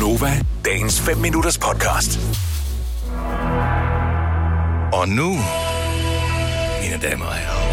Gonova, dagens 5 minutters podcast. Og nu, mine damer og herrer.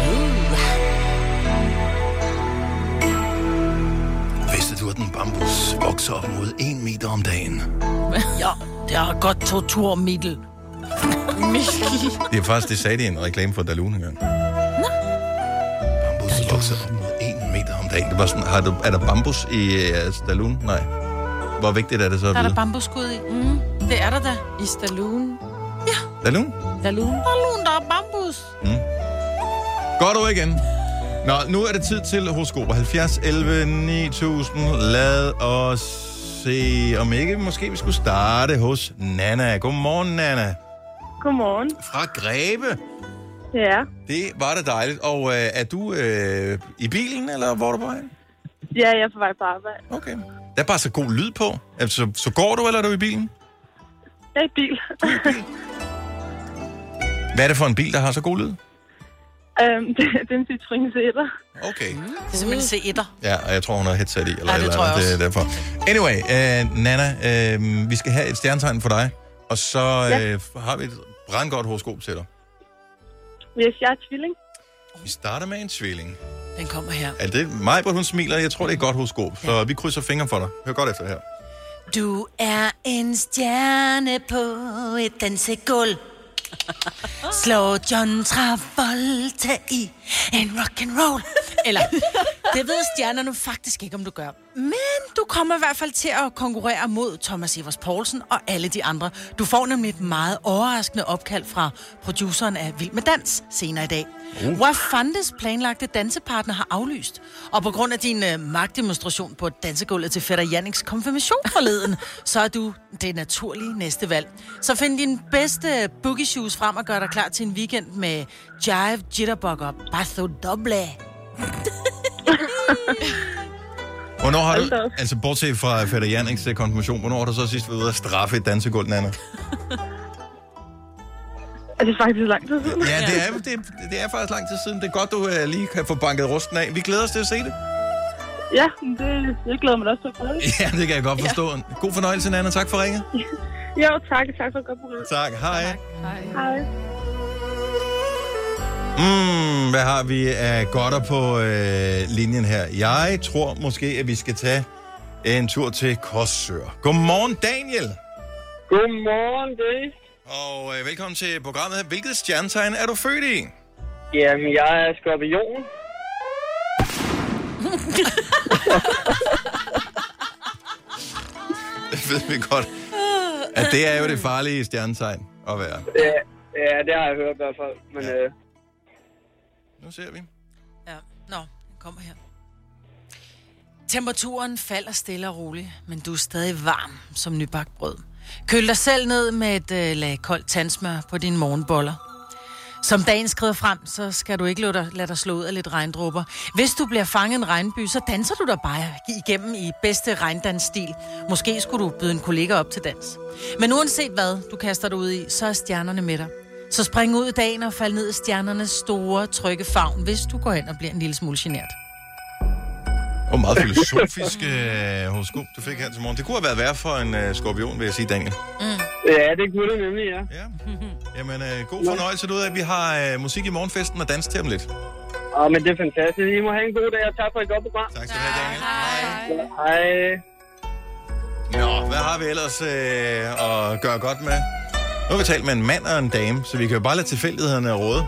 Vidste du, at en bambus vokser op mod 1 meter om dagen? Ja, det har godt torturmiddel. Det er faktisk, det sagde de i en reklame for Dalun engang. Bambus vokser op mod 1 meter om dagen. Det var sådan, er der bambus i Dalun? Nej. Hvor vigtigt er det så at Der er vide? der bambusskud i. Det er der da. I Stallone. Dalun? Dalune. Der er bambus. Godt ord igen. Nå, nu er det tid til horoskoper. 70, 11, 9000. Lad os se, om ikke måske vi skulle starte hos Nana. Godmorgen, Nana. Godmorgen. Fra Greve. Ja. Det var det dejligt. Og er du i bilen, eller hvor er du på vej? Ja, jeg er på vej på arbejde. Okay. Der er bare så god lyd på. Altså, så går du, eller er du i bilen? Jeg er i bil. Hvad er det for en bil, der har så god lyd? Det er en Citroën C1'er. Okay. Det er simpelthen C1'er. Ja, og jeg tror, hun har headset i, eller Ja, det eller tror jeg andet. også. Det er derfor. Anyway, Nana, vi skal have et stjernetegn for dig, og så har vi et brandgodt horoskop til dig. Yes, jeg er tvilling. Vi starter med en tvilling. Den kommer her. Er det mig, hvor hun smiler? Jeg tror, det er et godt horoskop, så vi krydser fingre for dig. Hør godt efter her. Du er en stjerne på et dansegulv. Slå John Travolta i en rock'n'roll. Eller, det ved stjernerne faktisk ikke, om du gør. Men du kommer i hvert fald til at konkurrere mod Thomas Evers Poulsen og alle de andre. Du får nemlig et meget overraskende opkald fra produceren af Vild med Dans senere i dag. Wafandes planlagte dansepartner har aflyst. Og på grund af din magtdemonstration på dansegulvet til fætter Janniks konfirmation forleden, så er du det naturlige næste valg. Så find din bedste boogie shoes frem og gør dig klar til en weekend med jive, jitterbug og paso doble. Hvornår har du, Hold da op. altså bortset fra fætter Janniks konfirmation, hvornår har du så sidst været ude at straffe et dansegulv, Nana? Er det faktisk lang tid siden? Ja, det er faktisk lang tid siden. Det er godt, du lige kan få banket rusten af. Vi glæder os til at se det. Ja, jeg glæder mig da også til at prøve det. Ja, det kan jeg godt forstå. God fornøjelse, Nana. Tak for ringet. Jo, tak. Tak for et godt program. Tak. Hej. Hej. Hvad har vi af godter på linjen her? Jeg tror måske, at vi skal tage en tur til Korsør. Godmorgen, Daniel. Godmorgen, Dave. Og velkommen til programmet her. Hvilket stjernetegn er du født i? Jamen, jeg er skorpion. Det ved vi godt. At det er jo det farlige stjernetegn at være. Ja, det har jeg hørt i hvert fald. Men Ja. Nu ser vi. Ja, den kommer her. Temperaturen falder stille og roligt, men du er stadig varm som nybagt brød. Køl dig selv ned med et lag koldt tandsmør på dine morgenboller. Som dagen skrider frem, så skal du ikke lade dig slå ud af lidt regndråber. Hvis du bliver fanget i en regnby, så danser du dig bare igennem i bedste regndansstil. Måske skulle du byde en kollega op til dans. Men uanset hvad du kaster dig ud i, så er stjernerne med dig. Så spring ud i dagen og fald ned i stjernernes store, trygge favn, hvis du går hen og bliver en lille smule genert. Og meget filosofisk horoskop, du fik her til morgen. Det kunne have været værre for en skorpion, vil jeg sige, Daniel. ja, det kunne det nemlig, ja. Ja. Jamen, god fornøjelse ud af. Vi har musik i morgenfesten og dans til om lidt. Men det er fantastisk. I må have en god dag, og tak for et godt program. Tak skal du have, Daniel. Hej. Hej. Nå, hvad har vi ellers at gøre godt med? Nu har vi talt med en mand og en dame, så vi kan jo bare lade tilfældighederne råde.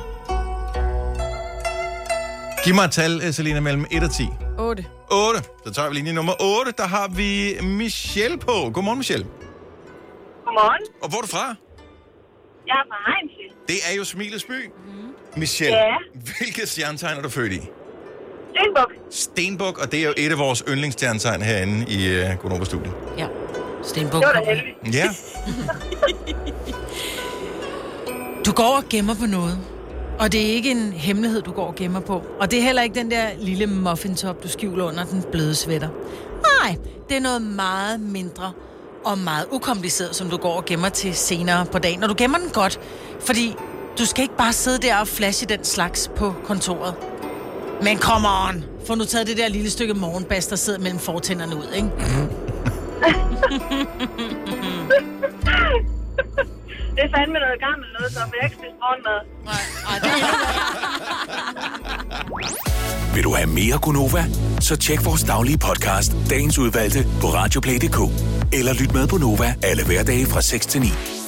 Giv mig et tal, Selina, mellem 1 og 10. 8. 8. Så tager vi linje nummer 8. Der har vi Michelle på. Godmorgen, Michelle. Godmorgen. Og hvor er du fra? Jeg er fra Hejnsvig. Det er jo Smilets by. Michelle, Ja. hvilket stjernetegn er du født i? Stenbuk. Stenbuk, og det er jo et af vores yndlingsstjernetegn herinde i Gonova-studiet. Ja, Stenbuk. Det var da heldigt. Ja. Du går og gemmer på noget. Og det er ikke en hemmelighed, du går og gemmer på. Og det er heller ikke den der lille muffintop, du skjuler under den bløde sweater. Nej, det er noget meget mindre og meget ukompliceret, som du går og gemmer til senere på dagen. Og du gemmer den godt, fordi du skal ikke bare sidde der og flashe den slags på kontoret. Men come on, få nu taget det der lille stykke morgenbas, der sidder mellem fortænderne ud, ikke? Det er fandme noget gammelt noget, så jeg ikke spise morgenmad. Nej, det er Vil du have mere Gunova? Så tjek vores daglige podcast, dagens udvalgte, på radioplay.dk. Eller lyt med på Nova alle hverdage fra 6 til 9.